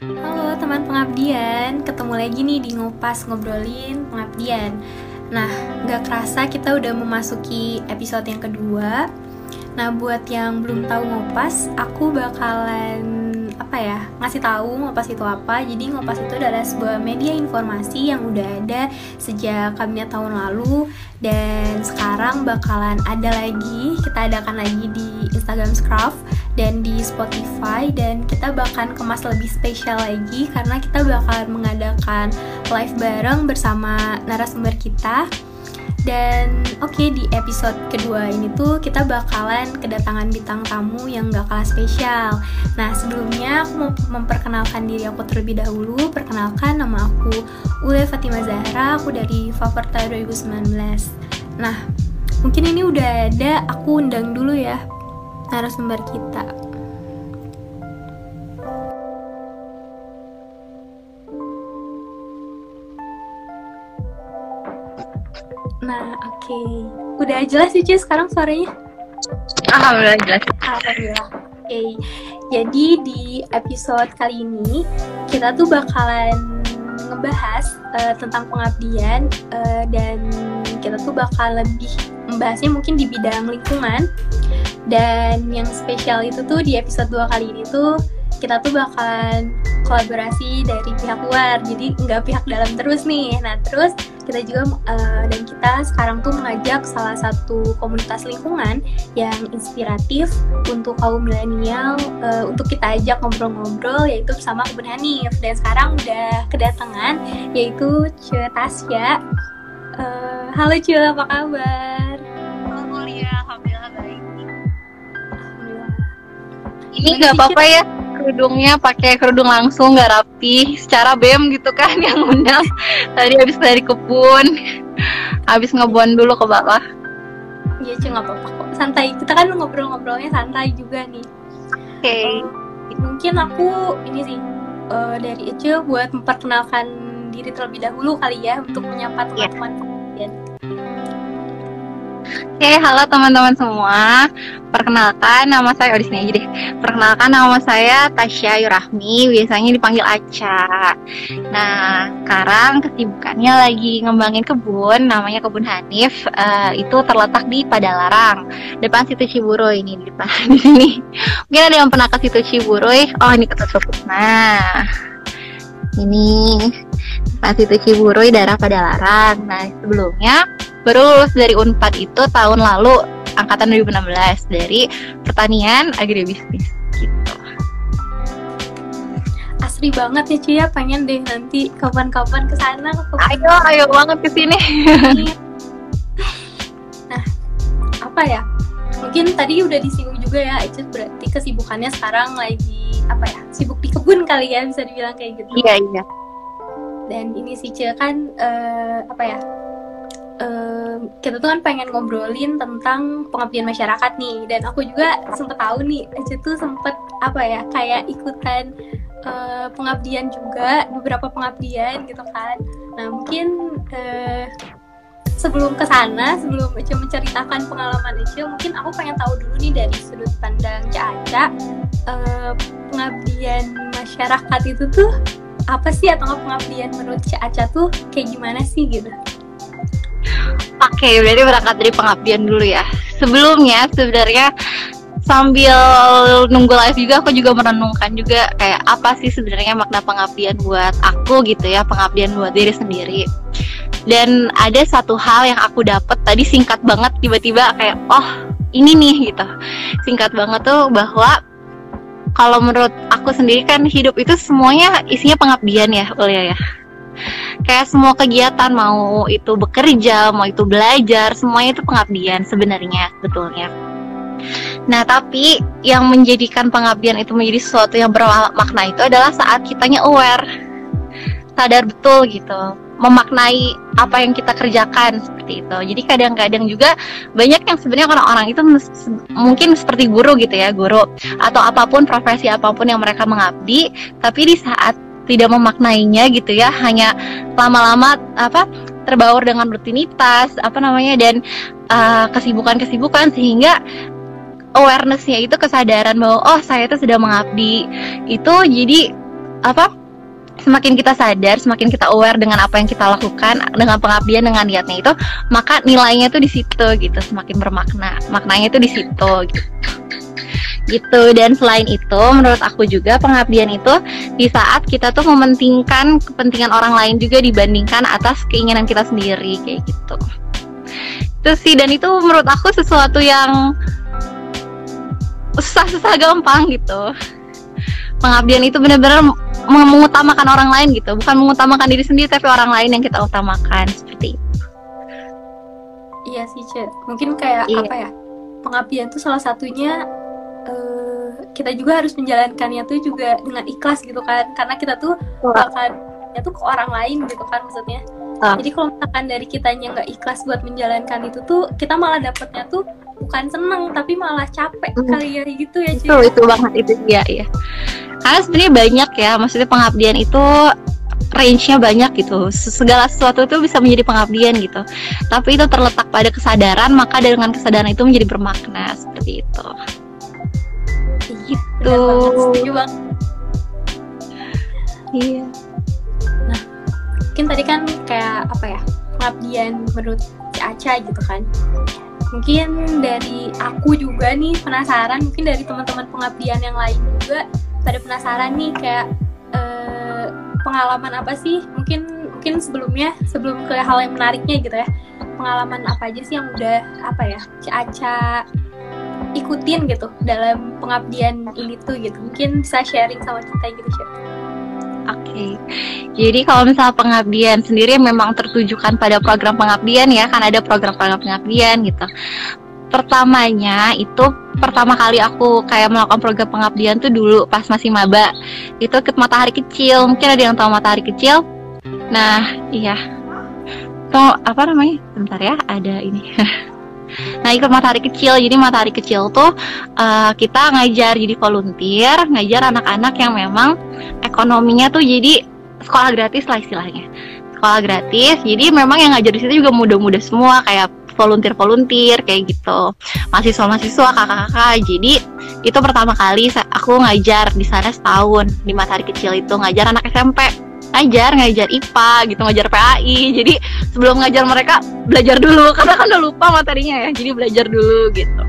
Halo teman pengabdian, ketemu lagi nih di Ngopas Ngobrolin Pengabdian. Nah, gak kerasa kita udah memasuki episode yang kedua. Nah, buat yang belum tahu Ngopas, aku bakalan ngasih tahu Ngopas itu apa. Jadi Ngopas itu adalah sebuah media informasi yang udah ada sejak kabinet tahun lalu, dan sekarang bakalan ada lagi, kita adakan lagi di Instagram Scruff dan di Spotify, dan kita bakalan kemas lebih spesial lagi karena kita bakalan mengadakan live bareng bersama narasumber kita. Dan di episode kedua ini tuh kita bakalan kedatangan bintang tamu yang gak kalah spesial. Nah, sebelumnya aku mau memperkenalkan diri aku terlebih dahulu. Perkenalkan, nama aku Ule Fatima Zahra, aku dari Faperta 2019. Nah, mungkin ini udah ada, aku undang dulu ya narasumber kita. Nah, oke. Udah jelas sih, sekarang suaranya? Alhamdulillah jelas. Alhamdulillah. Oke. Jadi di episode kali ini kita tuh bakalan ngebahas tentang pengabdian, dan kita tuh bakal lebih membahasnya mungkin di bidang lingkungan. Dan yang spesial itu tuh di episode 2 kali ini tuh kita tuh bakalan kolaborasi dari pihak luar, jadi nggak pihak dalam terus nih. Nah, terus kita juga dan kita sekarang tuh mengajak salah satu komunitas lingkungan yang inspiratif untuk kaum milenial, untuk kita ajak ngobrol-ngobrol, yaitu bersama Kebun Hanif. Dan sekarang udah kedatangan, yaitu Ce Tasya. Halo Ce, apa kabar? Halo Lia, alhamdulillah baik. Alhamdulillah. Ini nggak apa-apa ya, kerudungnya pakai kerudung langsung, nggak rapi, secara BEM gitu kan yang undang. Tadi habis dari kebun, habis ngebon dulu ke bawah. Iya Ce, nggak apa-apa kok, santai. Kita kan ngobrol-ngobrolnya santai juga nih. Oke. Mungkin aku ini sih dari Ece buat memperkenalkan diri terlebih dahulu kali ya, untuk menyapa teman-teman pengabdian. Oke, halo teman-teman semua. Perkenalkan nama saya, di sini aja deh. Perkenalkan nama saya Tasya Yurahmi, biasanya dipanggil Aca. Nah, sekarang kesibukannya lagi ngembangin kebun, namanya Kebun Hanif. Itu terletak di Padalarang, depan situ Ciburuy ini di depan di sini. Mungkin ada yang pernah ke situ Ciburuy. Oh, ini ketutup. Nah, ini depan situ Ciburuy, daerah Padalarang. Nah, sebelumnya baru lulus dari Unpad itu tahun lalu, angkatan 2016, dari pertanian agribisnis gitu. Asri banget ya Cia, pengen deh nanti kapan-kapan kesana. Ayo banget kesini. Nah, apa ya? Mungkin tadi udah disinggung juga ya, Ece berarti kesibukannya sekarang lagi sibuk di kebun kali ya, bisa dibilang kayak gitu. Iya. Dan ini sih Cia kan kita tuh kan pengen ngobrolin tentang pengabdian masyarakat nih, dan aku juga sempet tahu nih Ece tuh sempet kayak ikutan pengabdian juga, beberapa pengabdian gitu kan. Nah, mungkin sebelum kesana, sebelum Ece menceritakan pengalaman Ece, mungkin aku pengen tahu dulu nih dari sudut pandang Caca, pengabdian masyarakat itu tuh apa sih, atau pengabdian menurut Caca tuh kayak gimana sih gitu? Oke, berarti berangkat dari pengabdian dulu ya. Sebelumnya sebenarnya sambil nunggu live juga, aku juga merenungkan juga kayak apa sih sebenarnya makna pengabdian buat aku gitu ya, pengabdian buat diri sendiri. Dan ada satu hal yang aku dapet tadi, singkat banget, tiba-tiba kayak oh ini nih gitu. Singkat banget tuh, bahwa kalau menurut aku sendiri kan hidup itu semuanya isinya pengabdian ya, Ulia ya. Kayak semua kegiatan, mau itu bekerja, mau itu belajar, semuanya itu pengabdian sebenarnya, sebetulnya. Nah, tapi yang menjadikan pengabdian itu menjadi sesuatu yang bermakna itu adalah saat kitanya aware, sadar betul gitu, memaknai apa yang kita kerjakan, seperti itu. Jadi kadang-kadang juga banyak yang sebenarnya orang-orang itu mungkin seperti guru gitu ya, guru atau apapun, profesi apapun yang mereka mengabdi, tapi di saat tidak memaknainya gitu ya, hanya lama-lama terbaur dengan rutinitas dan kesibukan-kesibukan, sehingga awareness-nya itu, kesadaran bahwa oh saya itu sudah mengabdi, itu jadi apa, semakin kita sadar, semakin kita aware dengan apa yang kita lakukan, dengan pengabdian, dengan niatnya itu, maka nilainya tuh di situ gitu, semakin bermakna, maknanya tuh di situ gitu. Dan selain itu, menurut aku juga pengabdian itu di saat kita tuh mementingkan kepentingan orang lain juga dibandingkan atas keinginan kita sendiri, kayak gitu. Itu sih, dan itu menurut aku sesuatu yang susah gampang gitu. Pengabdian itu benar-benar mengutamakan orang lain gitu, bukan mengutamakan diri sendiri tapi orang lain yang kita utamakan, seperti itu. Iya sih, Ce. Mungkin kayak apa ya, pengabdian tuh salah satunya kita juga harus menjalankannya tuh juga dengan ikhlas gitu kan, karena kita tuh bakal itu ke orang lain gitu kan maksudnya. Jadi kalau misalkan dari kitanya nggak ikhlas buat menjalankan itu tuh, kita malah dapetnya tuh bukan seneng tapi malah capek kali ya gitu ya, Ce. Itu banget itu dia ya. Karena sebenarnya banyak ya, maksudnya pengabdian itu range-nya banyak gitu. Segala sesuatu itu bisa menjadi pengabdian gitu. Tapi itu terletak pada kesadaran, maka dengan kesadaran itu menjadi bermakna, seperti itu. Gitu. Setuju banget. Iya. Nah, mungkin tadi kan kayak apa ya, pengabdian menurut si Aca gitu kan. Mungkin dari aku juga nih penasaran, mungkin dari teman-teman pengabdian yang lain juga pada penasaran nih kayak pengalaman apa sih, mungkin sebelum ke hal yang menariknya gitu ya, pengalaman apa aja sih yang udah apa ya si Aca ikutin gitu dalam pengabdian ini tuh gitu, mungkin bisa sharing sama kita gitu, Syed. Oke. Jadi kalau misalnya pengabdian sendiri memang tertujukan pada program pengabdian ya, kan ada program-program pengabdian gitu. Pertamanya itu pertama kali aku kayak melakukan program pengabdian tuh dulu pas masih maba. Itu ikut Matahari Kecil. Mungkin ada yang tahu Matahari Kecil. Nah, iya. Tuh apa namanya? Bentar ya, ada ini. Nah, ikut Matahari Kecil. Jadi Matahari Kecil tuh kita ngajar jadi volunteer, ngajar anak-anak yang memang ekonominya tuh jadi sekolah gratis lah istilahnya. Sekolah gratis. Jadi memang yang ngajar di situ juga muda-muda semua, kayak volunteer kayak gitu, mahasiswa kakak-kakak. Jadi itu pertama kali aku ngajar di sana setahun di Matahari Kecil itu, ngajar anak SMP, ngajar IPA gitu, ngajar PAI. Jadi sebelum ngajar mereka belajar dulu karena kan udah lupa materinya ya, jadi belajar dulu gitu.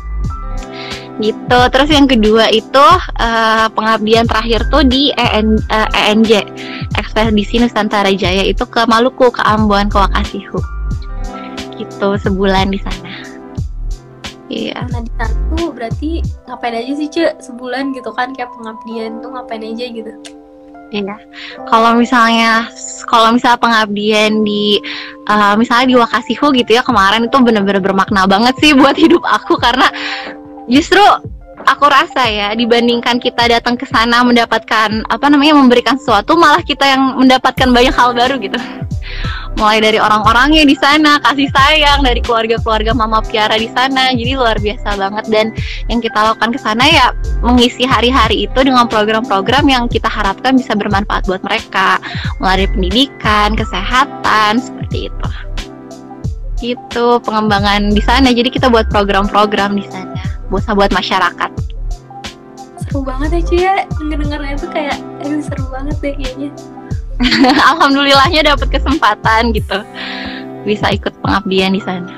Terus yang kedua itu pengabdian terakhir tuh di ENJ, Ekspedisi Nusantara Jaya, itu ke Maluku, ke Ambon, ke Wakasihu gitu, sebulan di sana. Iya. Nah, di sana tuh berarti ngapain aja sih, Ce, sebulan gitu kan, kayak pengabdian tuh ngapain aja gitu? Iya. Kalau misalnya pengabdian di misalnya di Wakasihu gitu ya, kemarin itu benar-benar bermakna banget sih buat hidup aku, karena justru aku rasa ya, dibandingkan kita datang ke sana mendapatkan memberikan sesuatu, malah kita yang mendapatkan banyak hal baru gitu. Mulai dari orang-orangnya di sana, kasih sayang dari keluarga-keluarga Mama Piara di sana, jadi luar biasa banget. Dan yang kita lakukan ke sana ya mengisi hari-hari itu dengan program-program yang kita harapkan bisa bermanfaat buat mereka, mulai dari pendidikan, kesehatan, seperti itu. Gitu pengembangan di sana. Jadi kita buat program-program di sana buat masyarakat. Seru banget ya, Cia. Dengar-dengarnya tuh kayak seru banget deh kayaknya. Alhamdulillahnya dapat kesempatan gitu, bisa ikut pengabdian di sana.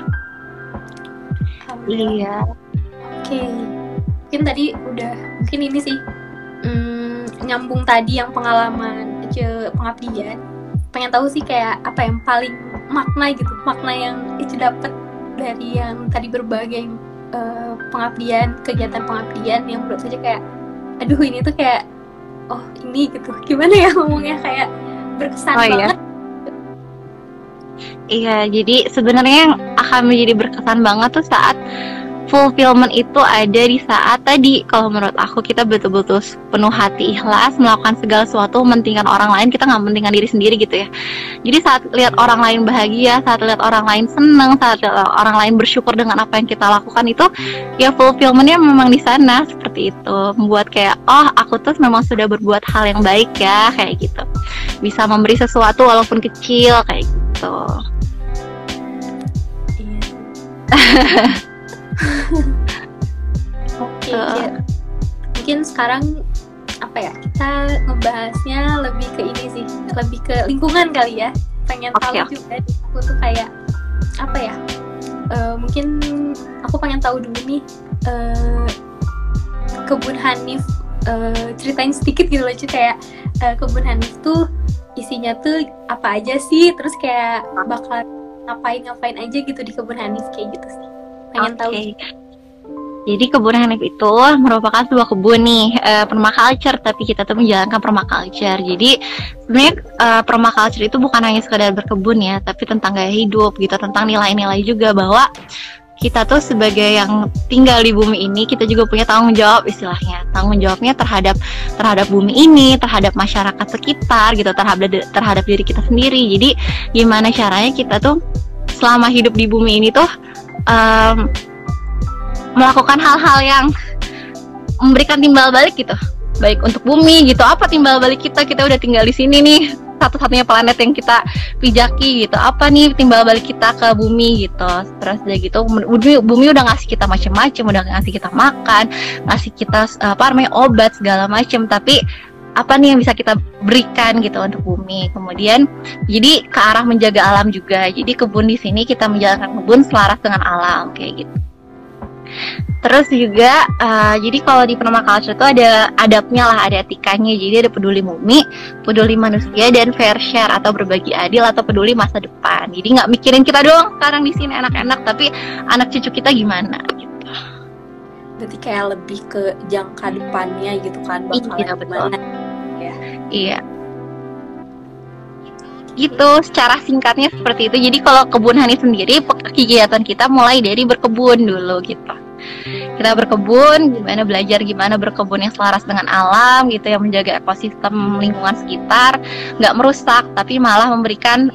Iya. Oke. Mungkin tadi mungkin ini sih nyambung tadi yang pengalaman pengabdian. Pengen tahu sih kayak apa yang paling makna yang dapat dari yang tadi berbagai pengabdian, kegiatan pengabdian yang menurut saja kayak aduh ini tuh kayak oh ini gitu, gimana ya ngomongnya, kayak berkesan banget. Iya, jadi sebenarnya yang akan menjadi berkesan banget tuh saat fulfillment itu ada di saat tadi, kalau menurut aku kita betul-betul penuh hati ikhlas melakukan segala sesuatu, mementingkan orang lain, kita nggak mementingkan diri sendiri gitu ya. Jadi saat lihat orang lain bahagia, saat lihat orang lain senang, saat lihat orang lain bersyukur dengan apa yang kita lakukan, itu ya fulfillmentnya memang di sana, seperti itu. Membuat kayak oh aku tuh memang sudah berbuat hal yang baik ya, kayak gitu. Bisa memberi sesuatu walaupun kecil kayak gitu. Oke, mungkin sekarang apa ya, kita ngebahasnya lebih ke ini sih, lebih ke lingkungan kali ya. Pengen tahu juga aku tuh kayak apa ya, mungkin aku pengen tahu dulu nih, kebun Hanif, ceritain sedikit gitu loh cuy, kayak kebun Hanif tuh isinya tuh apa aja sih, terus kayak bakal ngapain aja gitu di kebun Hanif kayak gitu sih, pengen tahu. Jadi kebun Hanif itu merupakan sebuah kebun nih, permaculture, tapi kita tuh menjalankan permaculture. Jadi sebenarnya permaculture itu bukan hanya sekedar berkebun ya, tapi tentang gaya hidup gitu, tentang nilai-nilai juga, bahwa kita tuh sebagai yang tinggal di bumi ini, kita juga punya tanggung jawab istilahnya. Tanggung jawabnya terhadap bumi ini, terhadap masyarakat sekitar gitu, terhadap diri kita sendiri. Jadi gimana caranya kita tuh selama hidup di bumi ini tuh melakukan hal-hal yang memberikan timbal balik gitu, baik untuk bumi gitu. Apa timbal balik kita udah tinggal di sini nih, satu-satunya planet yang kita pijaki gitu. Apa nih timbal balik kita ke bumi gitu. Terus udah gitu bumi udah ngasih kita macam-macam, udah ngasih kita makan, ngasih kita obat segala macam, tapi apa nih yang bisa kita berikan gitu untuk bumi. Kemudian jadi ke arah menjaga alam juga. Jadi kebun di sini kita menjalankan kebun selaras dengan alam kayak gitu. Terus juga jadi kalau di permaculture itu ada adabnya lah, ada etikanya. Jadi ada peduli bumi, peduli manusia, dan fair share atau berbagi adil atau peduli masa depan. Jadi nggak mikirin kita doang sekarang di sini enak-enak, tapi anak cucu kita gimana gitu. Berarti kayak lebih ke jangka depannya gitu kan, bakalan gimana ya. Iya. Gitu, secara singkatnya seperti itu. Jadi kalau kebun Hanif sendiri, kegiatan kita mulai dari berkebun dulu gitu. Kita berkebun, belajar gimana berkebun yang selaras dengan alam gitu, yang menjaga ekosistem lingkungan sekitar, nggak merusak, tapi malah memberikan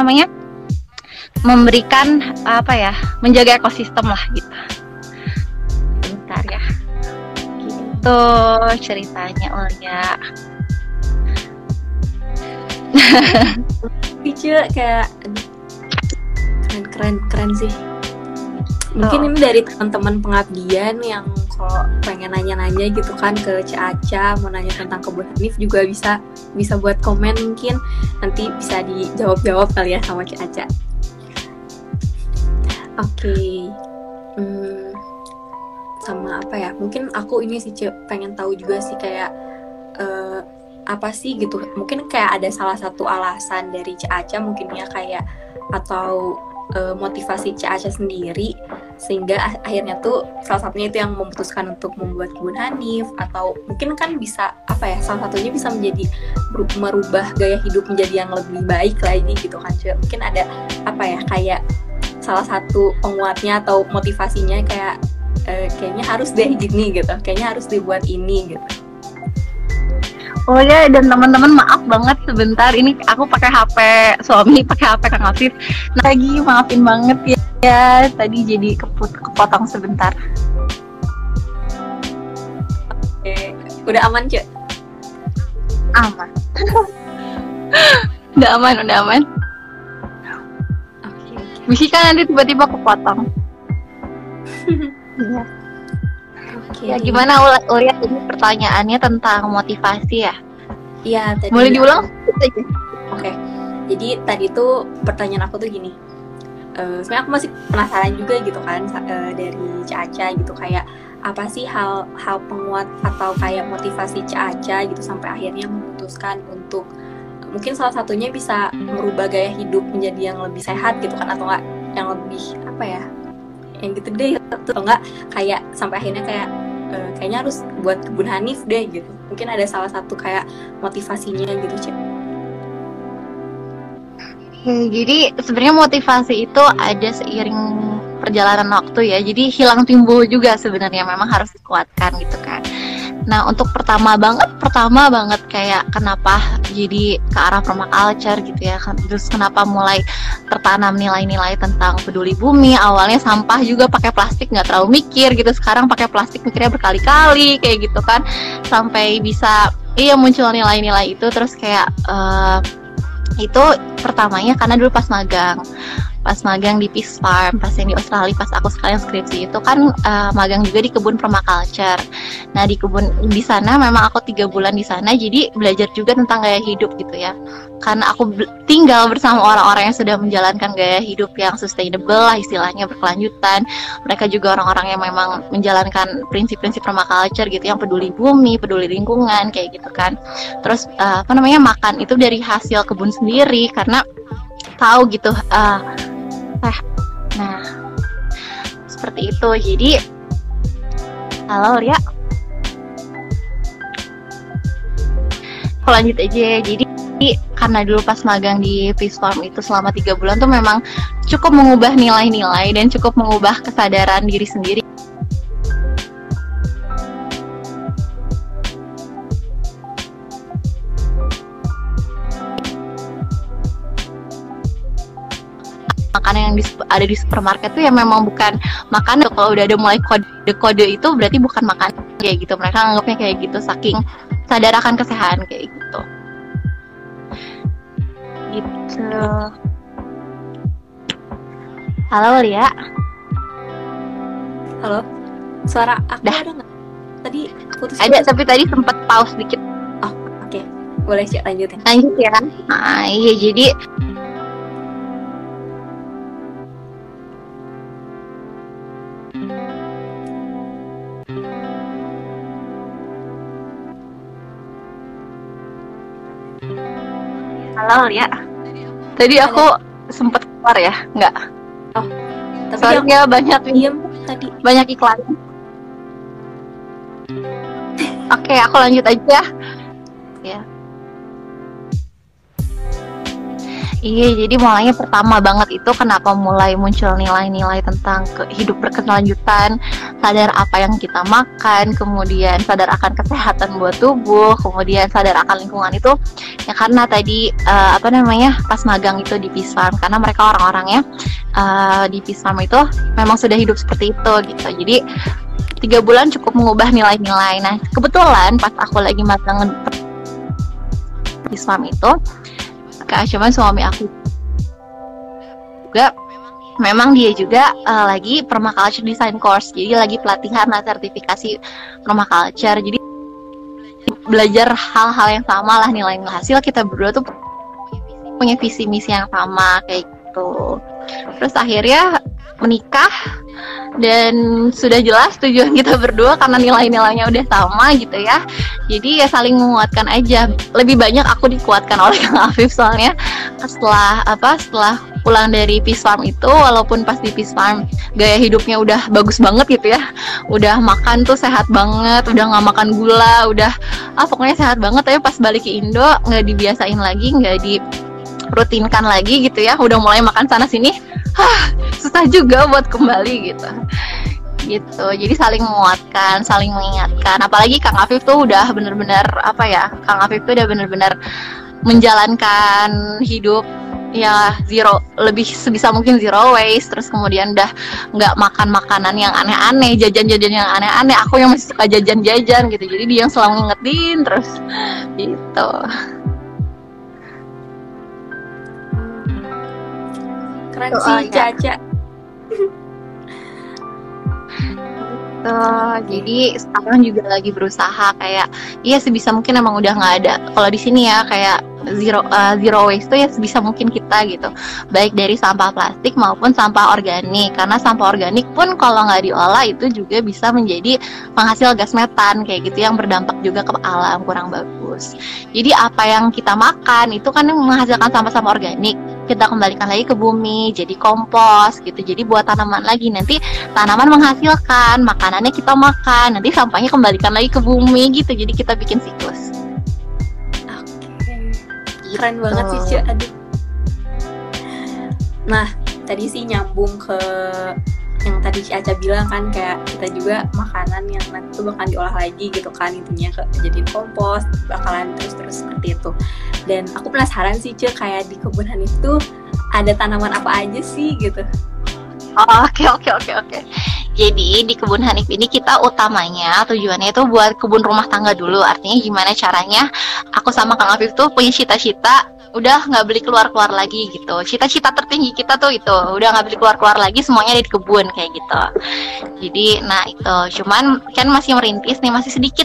menjaga ekosistem lah gitu. Bentar ya, gitu ceritanya Olya. Lucu, kayak keren sih. Mungkin ini dari teman-teman pengabdian yang kalau pengen nanya-nanya gitu kan ke Cak Aca, mau nanya tentang kebun Hanif juga bisa buat komen, mungkin nanti bisa dijawab kali ya sama Cak Aca. Oke. Sama apa ya? Mungkin aku ini sih pengen tahu juga sih kayak apa sih gitu, mungkin kayak ada salah satu alasan dari Cak Aca mungkin ya, kayak atau motivasi Cak Aca sendiri sehingga akhirnya tuh salah satunya itu yang memutuskan untuk membuat kebun Hanif, atau mungkin kan bisa salah satunya bisa menjadi merubah gaya hidup menjadi yang lebih baik lagi gitu kan Cak. Mungkin ada kayak salah satu penguatnya atau motivasinya kayak kayaknya harus deh gini gitu, kayaknya harus dibuat ini gitu. Oh ya, dan teman-teman maaf banget sebentar, ini aku pakai HP suami, pakai HP Kang Afif. Lagi maafin banget ya, tadi jadi kepotong sebentar. Oke, udah aman Cuk? Aman. udah aman. Oke. Bisa kan nanti tiba-tiba kepotong. Iya. Ya, gimana Ulya, ini pertanyaannya tentang motivasi ya? Iya, tadi. Boleh diulang? Oke. Jadi tadi tuh pertanyaan aku tuh gini. Sebenarnya aku masih penasaran juga gitu kan dari Cak Aca gitu, kayak apa sih hal penguat atau kayak motivasi Cak Aca gitu sampai akhirnya memutuskan untuk mungkin salah satunya bisa merubah gaya hidup menjadi yang lebih sehat gitu kan, atau enggak yang lebih yang gitu deh, atau enggak kayak sampai akhirnya kayaknya harus buat kebun Hanif deh gitu. Mungkin ada salah satu kayak motivasinya gitu Cik. Jadi sebenarnya motivasi itu ada seiring perjalanan waktu ya. Jadi hilang timbul juga sebenarnya, memang harus dikuatkan gitu kan. Nah, untuk pertama banget kayak kenapa jadi ke arah permaculture gitu ya kan. Terus kenapa mulai tertanam nilai-nilai tentang peduli bumi. Awalnya sampah juga pakai plastik, nggak terlalu mikir gitu. Sekarang pakai plastik mikirnya berkali-kali kayak gitu kan. Sampai bisa muncul nilai-nilai itu. Terus kayak itu pertamanya karena dulu pas magang pas magang di Peace Farm, pas yang di Australia, pas aku sekalian skripsi itu kan magang juga di kebun permaculture. Nah di kebun di sana memang aku 3 bulan di sana, jadi belajar juga tentang gaya hidup gitu ya. Karena aku tinggal bersama orang-orang yang sudah menjalankan gaya hidup yang sustainable lah istilahnya, berkelanjutan. Mereka juga orang-orang yang memang menjalankan prinsip-prinsip permaculture gitu, yang peduli bumi, peduli lingkungan kayak gitu kan. Terus makan itu dari hasil kebun sendiri karena tahu gitu. Nah seperti itu. Jadi halo ya, aku lanjut aja. Jadi karena dulu pas magang di Peace Farm itu selama 3 bulan tuh memang cukup mengubah nilai-nilai dan cukup mengubah kesadaran diri sendiri. Makanan yang ada di supermarket tuh ya memang bukan makanan. Kalau udah ada mulai kode-kode itu berarti bukan makan kayak gitu. Mereka anggapnya kayak gitu, saking sadar akan kesehatan kayak gitu. Gitu. Halo Lia. Halo, suara aku Dah. ada nggak? Tadi putus. Ada, tapi tadi sempat pause dikit. Oh, oke. Boleh Cik lanjutin. Lanjut ya. Nah, iya jadi halo ya. Tadi aku sempet keluar ya, enggak? Oh, tapi Soalnya banyak diem tadi. banyak iklan. Oke, aku lanjut aja. Ya. Iya, jadi mulainya pertama banget itu kenapa mulai muncul nilai-nilai tentang hidup berkelanjutan, sadar apa yang kita makan, kemudian sadar akan kesehatan buat tubuh, kemudian sadar akan lingkungan itu ya karena tadi pas magang itu di Peace Farm, karena mereka orang-orangnya di Peace Farm itu memang sudah hidup seperti itu gitu. Jadi 3 bulan cukup mengubah nilai-nilai. Nah, kebetulan pas aku lagi magang Peace Farm itu cuman suami aku juga memang dia juga lagi permaculture design course, jadi lagi pelatihan sertifikasi permaculture. Jadi belajar hal-hal yang sama lah, nilai-nilai hasil kita berdua tuh punya visi misi yang sama kayak gitu. Terus akhirnya menikah dan sudah jelas tujuan kita berdua karena nilai-nilainya udah sama gitu ya. Jadi ya saling menguatkan aja. Lebih banyak aku dikuatkan oleh Kang Afif soalnya setelah pulang dari Peace Farm itu, walaupun pas di Peace Farm gaya hidupnya udah bagus banget gitu ya, udah makan tuh sehat banget, udah nggak makan gula, udah pokoknya sehat banget. Tapi pas balik ke Indo nggak dibiasain lagi, nggak dirutinkan lagi gitu ya, udah mulai makan sana sini, susah juga buat kembali gitu. Jadi saling menguatkan, saling mengingatkan. Apalagi Kang Afif tuh udah bener-bener Kang Afif tuh udah bener-bener menjalankan hidup ya lebih sebisa mungkin zero waste. Terus kemudian udah nggak makan makanan yang aneh-aneh, jajan-jajan yang aneh-aneh. Aku yang masih suka jajan-jajan gitu, jadi dia yang selalu ngingetin terus gitu. Keren sih Caca. Jadi sekarang juga lagi berusaha kayak sebisa mungkin emang udah nggak ada kalau di sini ya kayak zero waste tuh ya sebisa mungkin kita gitu, baik dari sampah plastik maupun sampah organik, karena sampah organik pun kalau nggak diolah itu juga bisa menjadi penghasil gas metan kayak gitu yang berdampak juga ke alam, kurang bagus. Jadi apa yang kita makan itu kan menghasilkan sampah-sampah organik, kita kembalikan lagi ke bumi jadi kompos gitu, jadi buat tanaman lagi, nanti tanaman menghasilkan, makanannya kita makan, nanti sampahnya kembalikan lagi ke bumi gitu, jadi kita bikin siklus. Keren banget sih Cik, aduh. Nah, tadi sih nyambung ke yang tadi Caca bilang kan, kayak kita juga makanan yang nanti tuh bakal diolah lagi gitu kan, intinya jadi kompos, bakalan terus seperti itu. Dan aku penasaran sih Cik, kayak di kebun Hanif tuh ada tanaman apa aja sih gitu? Oke. Jadi di kebun Hanif ini kita utamanya tujuannya itu buat kebun rumah tangga dulu. Artinya gimana caranya aku sama Kang Afif tuh punya cita-cita udah nggak beli keluar-keluar lagi gitu. Cita-cita tertinggi kita tuh itu udah nggak beli keluar-keluar lagi, semuanya ada di kebun kayak gitu. Jadi nah itu cuman kan masih merintis nih, masih sedikit.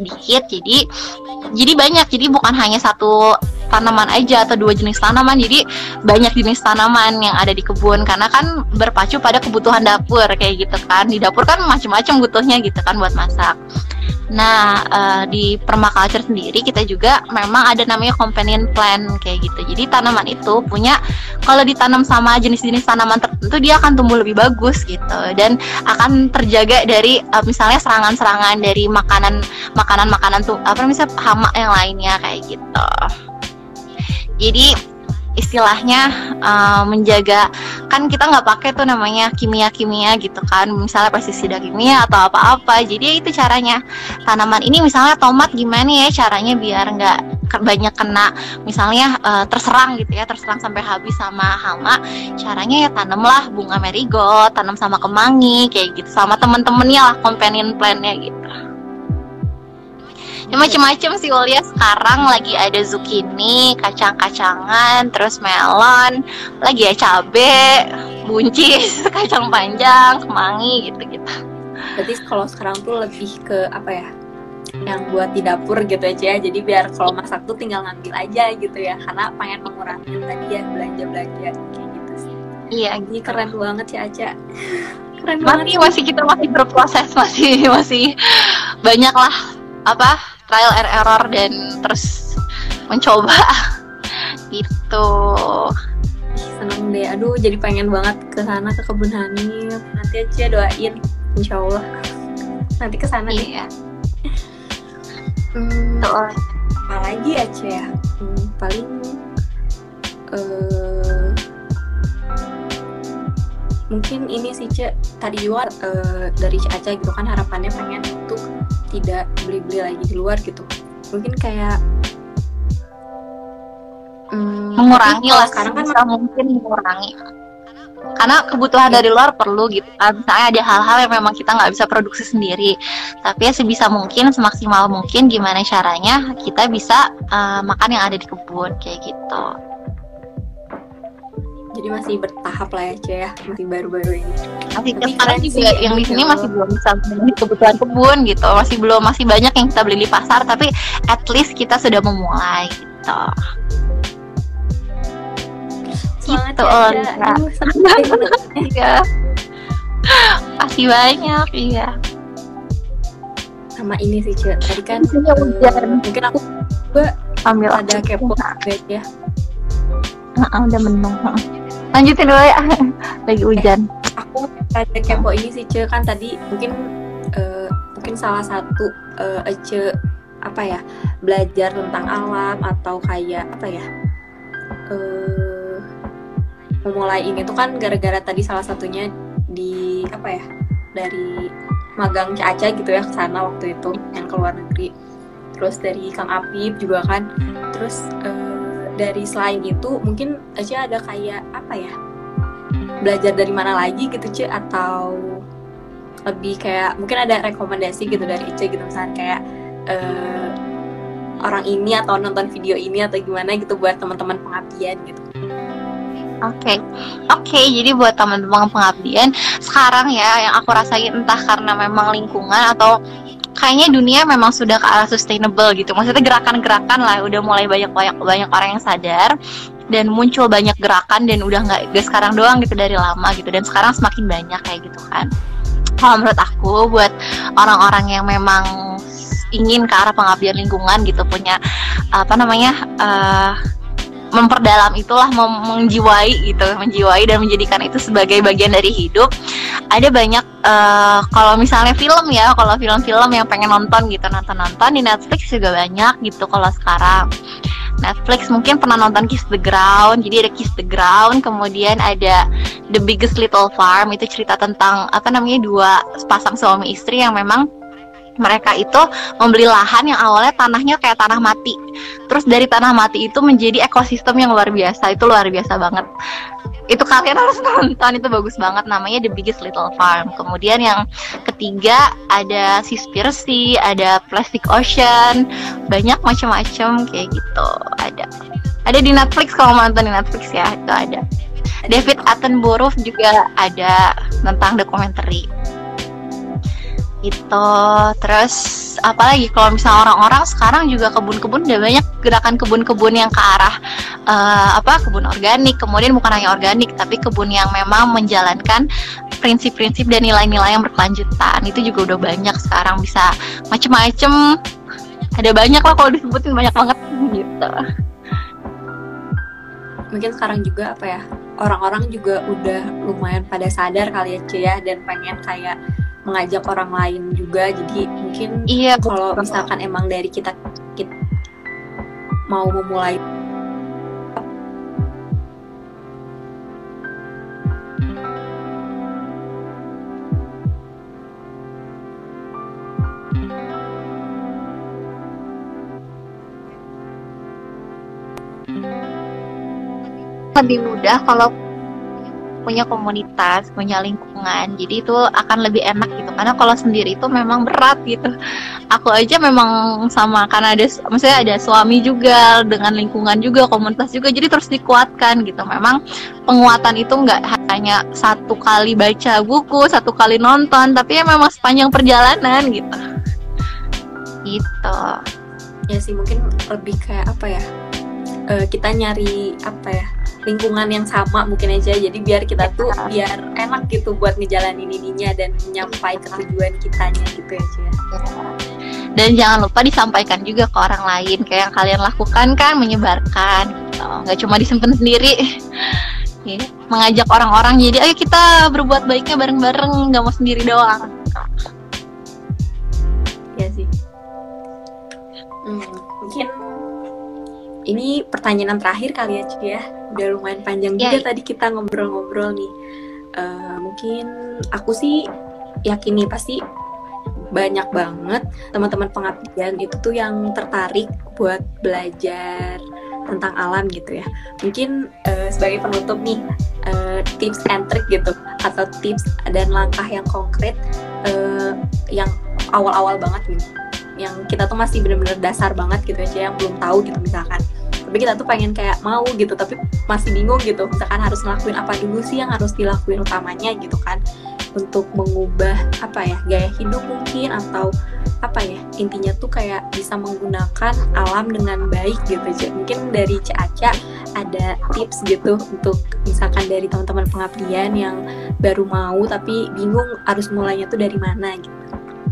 Jadi banyak, jadi bukan hanya satu tanaman aja atau 2 jenis tanaman, jadi banyak jenis tanaman yang ada di kebun karena kan berpacu pada kebutuhan dapur kayak gitu kan. Di dapur kan macam-macam butuhnya gitu kan buat masak. Nah, di permaculture sendiri kita juga memang ada namanya companion plant kayak gitu. Jadi tanaman itu punya, kalau ditanam sama jenis-jenis tanaman tertentu dia akan tumbuh lebih bagus gitu, dan akan terjaga dari misalnya serangan-serangan dari makanan tuh apa misalnya hama yang lainnya kayak gitu. Jadi istilahnya menjaga, kan kita nggak pakai tuh namanya kimia gitu kan, misalnya pestisida kimia atau apa-apa. Jadi itu caranya. Tanaman ini misalnya tomat, gimana ya caranya biar nggak banyak kena misalnya terserang gitu ya, terserang sampai habis sama hama. Caranya ya tanamlah bunga marigold, tanam sama kemangi kayak gitu, sama temen-temennya lah, companion plant-nya gitu. Ya macam-macam sih Ulia. Sekarang lagi ada zucchini, kacang-kacangan, terus melon, lagi ya cabe, buncis, kacang panjang, kemangi gitu-gitu. Berarti kalau sekarang tuh lebih ke apa ya, yang buat di dapur gitu aja ya. Jadi biar kalau masak tuh tinggal ngambil aja gitu ya, karena pengen mengurangi tadi ya belanja kayak gitu sih. Iya, ini keren banget sih Aca. Keren banget. Kita masih berproses, masih banyak lah trial and error dan terus mencoba gitu. Seneng deh, aduh jadi pengen banget ke sana, ke kebun Hanif. Nanti aja doain, insya Allah nanti ke sana deh. Iya. Apa lagi aja ya? Paling mungkin ini sih Ce, tadi juga dari Aca gitu kan, harapannya pengen untuk tidak beli-beli lagi di luar gitu. Mungkin kayak mengurangi lah, sekarang kan mungkin mengurangi karena kebutuhan dari luar perlu gitu kan. Misalnya ada hal-hal yang memang kita nggak bisa produksi sendiri, tapi ya sebisa mungkin, semaksimal mungkin gimana caranya kita bisa makan yang ada di kebun kayak gitu. Jadi masih bertahap lah ya Ce ya, masih baru-baru ini. Sekarang juga yang di sini masih belum bisa memenuhi kebutuhan kebun gitu, masih banyak yang kita beli di pasar, tapi at least kita sudah memulai gitu. Semangat ya. Iya. Masih banyak, iya. Sama ini sih Ce, tadi kan mungkin aku ambil ada kepo ya. Udah mendung. Lanjutin dulu ya. Lagi hujan. Aku ada kepo ini sih Ce, kan tadi mungkin salah satu Ece belajar tentang alam atau kayak memulai ini tuh kan gara-gara tadi salah satunya di dari magang Aca gitu ya, ke sana waktu itu yang ke luar negeri. Terus dari Kang Apip juga kan. Terus dari selain itu mungkin Aca ada kayak belajar dari mana lagi gitu Ce, atau lebih kayak mungkin ada rekomendasi gitu dari Ica gitu, misalnya kayak orang ini atau nonton video ini atau gimana gitu buat teman-teman pengabdian gitu. Oke, jadi buat teman-teman pengabdian sekarang ya, yang aku rasain entah karena memang lingkungan atau kayaknya dunia memang sudah ke arah sustainable gitu. Maksudnya gerakan-gerakan lah, udah mulai banyak orang yang sadar dan muncul banyak gerakan, dan udah nggak sekarang doang gitu, dari lama gitu, dan sekarang semakin banyak kayak gitu kan. Kalau menurut aku buat orang-orang yang memang ingin ke arah pengabdian lingkungan gitu, punya memperdalam itulah, menjiwai dan menjadikan itu sebagai bagian dari hidup. Ada banyak kalau misalnya film ya, kalau film-film yang pengen nonton di Netflix juga banyak gitu. Kalau sekarang Netflix mungkin pernah nonton Kiss the Ground. Jadi ada Kiss the Ground, kemudian ada The Biggest Little Farm, itu cerita tentang dua pasang suami istri yang memang mereka itu membeli lahan yang awalnya tanahnya kayak tanah mati. Terus dari tanah mati itu menjadi ekosistem yang luar biasa. Itu luar biasa banget. Itu kalian harus nonton, itu bagus banget, namanya The Biggest Little Farm. Kemudian yang ketiga ada Seaspiracy, ada Plastic Ocean, banyak macam-macam kayak gitu. Ada di Netflix, kalau mau nonton di Netflix ya, itu ada. David Attenborough juga ada tentang dokumenter itu. Terus apalagi kalau misalnya orang-orang sekarang juga kebun-kebun, udah banyak gerakan kebun-kebun yang ke arah kebun organik. Kemudian bukan hanya organik, tapi kebun yang memang menjalankan prinsip-prinsip dan nilai-nilai yang berkelanjutan. Itu juga udah banyak sekarang, bisa macem-macem, ada banyak lah, kalau disebutin banyak banget gitu. Mungkin sekarang juga orang-orang juga udah lumayan pada sadar kali ya Ci ya, dan pengen kayak mengajak orang lain juga. Jadi mungkin kalau misalkan emang dari kita mau memulai lebih mudah kalau punya komunitas, punya lingkungan. Jadi itu akan lebih enak gitu. Karena kalau sendiri itu memang berat gitu. Aku aja memang sama, karena maksudnya ada suami juga, dengan lingkungan juga, komunitas juga. Jadi terus dikuatkan gitu. Memang penguatan itu nggak hanya satu kali baca buku, satu kali nonton, tapi ya memang sepanjang perjalanan gitu. Gitu. Ya sih, mungkin lebih kayak kita nyari lingkungan yang sama mungkin aja, jadi biar kita tuh biar enak gitu buat ngejalanin ininya dan nyampai ke tujuan kitanya gitu ya Ci. Dan jangan lupa disampaikan juga ke orang lain, kayak yang kalian lakukan kan, menyebarkan gitu, nggak cuma disimpan sendiri. Mengajak orang-orang, jadi ayo kita berbuat baiknya bareng-bareng, nggak mau sendiri doang. Ya sih. Mungkin ini pertanyaan terakhir kali ya Ci ya. Udah lumayan panjang juga tadi kita ngobrol-ngobrol nih. Mungkin aku sih yakin nih pasti banyak banget teman-teman pengabdian itu tuh yang tertarik buat belajar tentang alam gitu ya. Mungkin sebagai penutup nih, tips and trick gitu, atau tips dan langkah yang konkret yang awal-awal banget nih, yang kita tuh masih benar-benar dasar banget gitu aja, yang belum tahu gitu misalkan. Tapi kita tuh pengen kayak mau gitu, tapi masih bingung gitu, misalkan harus ngelakuin apa dulu sih yang harus dilakuin utamanya gitu kan, untuk mengubah gaya hidup mungkin, atau intinya tuh kayak bisa menggunakan alam dengan baik gitu aja. Mungkin dari Caca ada tips gitu untuk misalkan dari teman-teman pengabdian yang baru mau tapi bingung harus mulainya tuh dari mana gitu.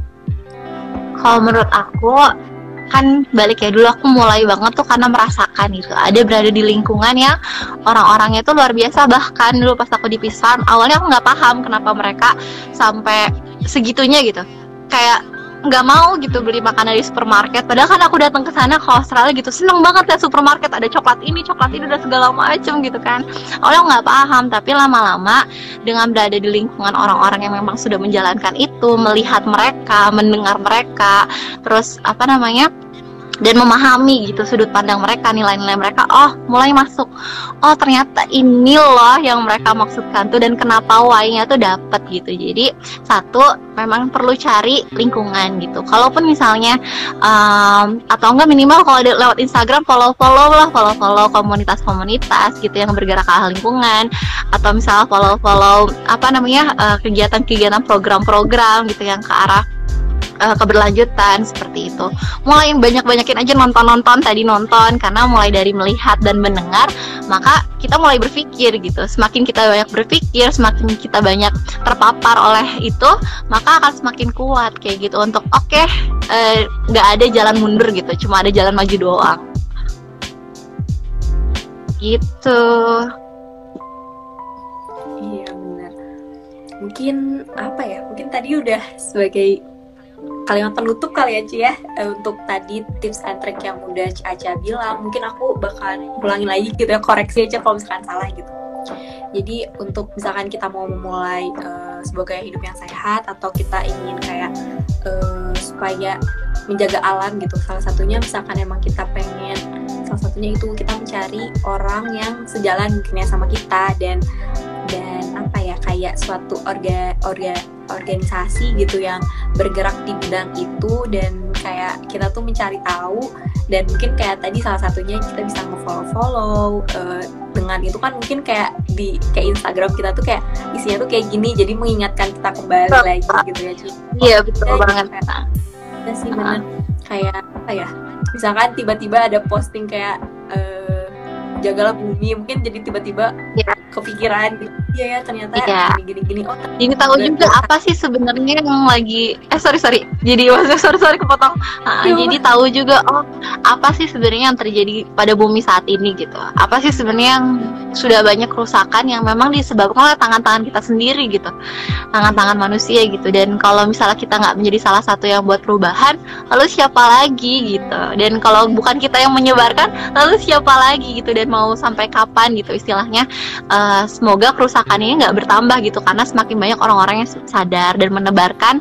Kalau menurut aku kan balik ya, dulu aku mulai banget tuh karena merasakan gitu, ada berada di lingkungan yang orang-orangnya tuh luar biasa. Bahkan dulu pas aku di Pisang, awalnya aku nggak paham kenapa mereka sampai segitunya gitu, kayak nggak mau gitu beli makanan di supermarket, padahal kan aku datang ke sana ke Australia gitu, seneng banget lihat supermarket ada coklat ini dan segala macem gitu kan. Awalnya aku nggak paham, tapi lama-lama dengan berada di lingkungan orang-orang yang memang sudah menjalankan itu, melihat mereka, mendengar mereka, terus dan memahami gitu sudut pandang mereka, nilai-nilai mereka, mulai masuk, ternyata ini loh yang mereka maksudkan tuh, dan kenapa why-nya tuh dapet gitu. Jadi satu, memang perlu cari lingkungan gitu. Kalaupun misalnya atau enggak minimal kalau lewat Instagram follow komunitas-komunitas gitu yang bergerak ke arah lingkungan, atau misalnya follow kegiatan-kegiatan, program-program gitu yang ke arah keberlanjutan seperti itu. Mulai banyakin aja nonton, karena mulai dari melihat dan mendengar, maka kita mulai berpikir gitu. Semakin kita banyak berpikir, semakin kita banyak terpapar oleh itu, maka akan semakin kuat kayak gitu untuk nggak ada jalan mundur gitu, cuma ada jalan maju doang gitu. Iya benar. Mungkin mungkin tadi udah sebagai kalimat penutup kali ya Ci ya, untuk tadi tips and trick yang udah Caca bilang. Mungkin aku bakal ulangin lagi gitu ya, koreksi aja kalau misalkan salah gitu. Jadi untuk misalkan kita mau memulai sebuah gaya hidup yang sehat, atau kita ingin kayak supaya menjaga alam gitu, salah satunya misalkan emang kita pengen, salah satunya itu kita mencari orang yang sejalan mungkin ya sama kita, dan kayak suatu organisasi gitu yang bergerak di bidang itu, dan kayak kita tuh mencari tahu Dan mungkin kayak tadi salah satunya kita bisa nge-follow dengan itu kan mungkin kayak di kayak Instagram kita tuh kayak isinya tuh kayak gini, jadi mengingatkan kita kembali lagi gitu ya Ci. Iya betul banget. Ya sih bener, kayak apa ya, misalkan tiba-tiba ada posting kayak jagalah bumi, mungkin jadi tiba-tiba kepikiran gitu. Iya ya ternyata gini. Oh, jadi tahu juga apa sih sebenarnya yang lagi sorry jadi sorry kepotong. Jadi tahu juga apa sih sebenarnya yang terjadi pada bumi saat ini gitu. Apa sih sebenarnya yang sudah banyak kerusakan yang memang disebabkan oleh tangan-tangan kita sendiri gitu, tangan-tangan manusia gitu. Dan kalau misalnya kita nggak menjadi salah satu yang buat perubahan, lalu siapa lagi gitu. Dan kalau bukan kita yang menyebarkan, lalu siapa lagi gitu. Dan mau sampai kapan gitu istilahnya. Semoga kerusakan ini nggak bertambah gitu, karena semakin banyak orang-orang yang sadar dan menebarkan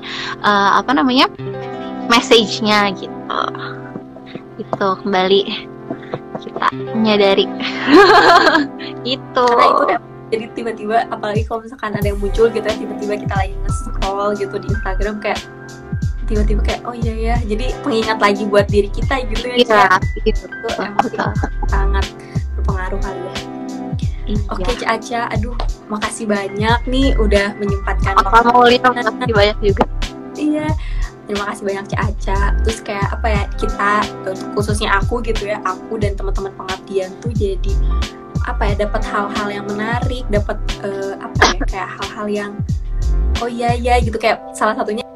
message-nya gitu. Itu kembali kita menyadari itu. Karena itu jadi tiba-tiba, apalagi kalau misalkan ada yang muncul gitu ya, tiba-tiba kita lagi nge-scroll gitu di Instagram kayak tiba-tiba kayak oh iya ya, jadi pengingat lagi buat diri kita gitu ya. Iya, gitu. Itu emang sangat berpengaruh kali ya. Iya. Oke Caca, aduh makasih banyak nih udah menyempatkan waktu. Mau lihat makasih banyak juga. Iya, terima kasih banyak Caca. Terus kayak apa ya, kita khususnya aku gitu ya, aku dan teman-teman pengabdian tuh jadi apa ya, dapat hal-hal yang menarik, dapat apa ya, kayak hal-hal yang oh iya gitu, kayak salah satunya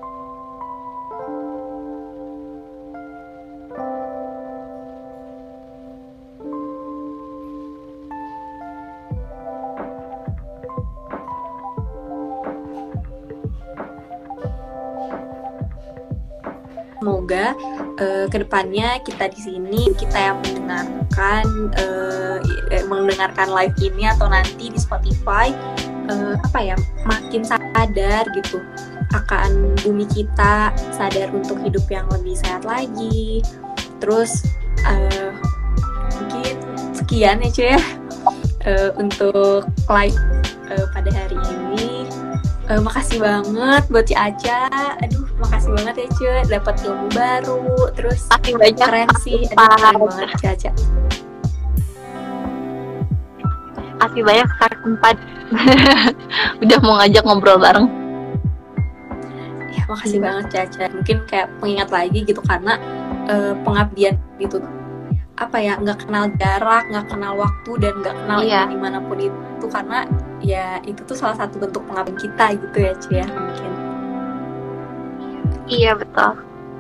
semoga kedepannya kita di sini, kita yang mendengarkan live ini atau nanti di Spotify apa ya, makin sadar gitu akan bumi kita, sadar untuk hidup yang lebih sehat lagi. Terus mungkin sekian ya cuy ya untuk live pada hari ini. Makasih banget buat Ci Aca. Aduh, makasih banget ya cuy, dapat ilmu baru. Terus keren sih, keren banget Ci Aca. Makasih banyak Kak Empat udah mau ngajak ngobrol bareng. Ya, makasih banget Ci Aca. Mungkin kayak pengingat lagi gitu, karena pengabdian itu apa ya, nggak kenal jarak, nggak kenal waktu, dan nggak kenal dimanapun itu, karena ya itu tuh salah satu bentuk pengabdian kita gitu ya Ci ya, mungkin. Iya betul.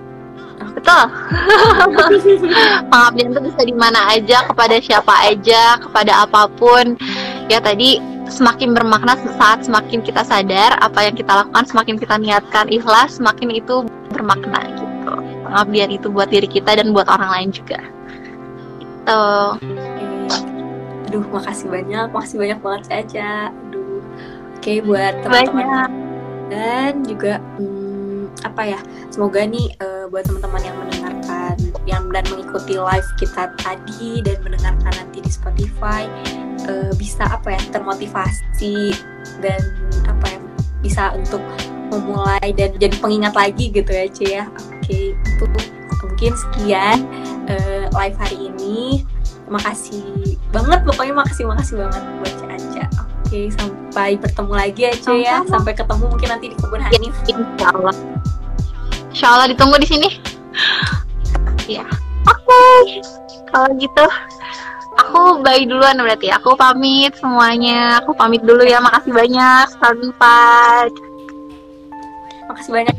Pengabdian itu bisa di mana aja, kepada siapa aja, kepada apapun. Ya tadi semakin bermakna saat semakin kita sadar apa yang kita lakukan, semakin kita niatkan ikhlas, semakin itu bermakna gitu. Pengabdian itu buat diri kita dan buat orang lain juga. Gitu. Aduh, makasih banyak banget Caca. Aduh. Oke, buat teman-teman dan juga apa ya, semoga nih buat teman-teman yang mendengarkan dan mengikuti live kita tadi dan mendengarkan nanti di Spotify bisa apa ya, termotivasi dan apa ya, bisa untuk memulai dan jadi pengingat lagi gitu ya Ci ya. Oke, itu mungkin sekian live hari ini. Makasih banget, pokoknya makasih banget buat Ci Aca. Oke, sampai bertemu lagi ya Ci ya. Sampai ketemu mungkin nanti di Kebun Hanif. Insya Allah ditunggu di sini. Ya. Oke. Kalau gitu aku bye duluan berarti. Aku pamit semuanya. Aku pamit dulu ya. Makasih banyak. Sampai. Makasih banyak.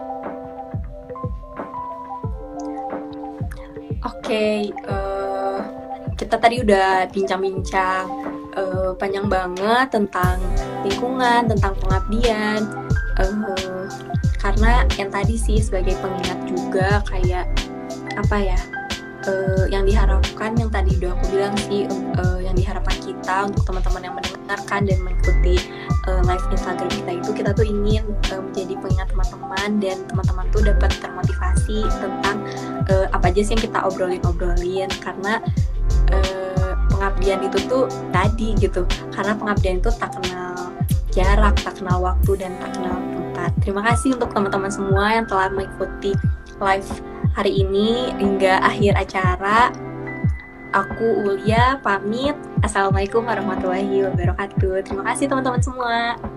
Oke, kita tadi udah bincang-bincang panjang banget tentang lingkungan, tentang pengabdian. Karena yang tadi sih sebagai pengingat juga kayak apa ya, yang diharapkan, yang tadi udah aku bilang sih, yang diharapkan kita untuk teman-teman yang mendengarkan dan mengikuti live Instagram kita tuh ingin menjadi pengingat teman-teman, dan teman-teman tuh dapat termotivasi tentang apa aja sih yang kita obrolin, karena pengabdian itu tuh tadi gitu, karena pengabdian itu tak kenal jarak, tak kenal waktu, dan tak kenal tempat. Terima kasih untuk teman-teman semua yang telah mengikuti live hari ini hingga akhir acara. Aku Ulia pamit. Assalamualaikum warahmatullahi wabarakatuh. Terima kasih teman-teman semua.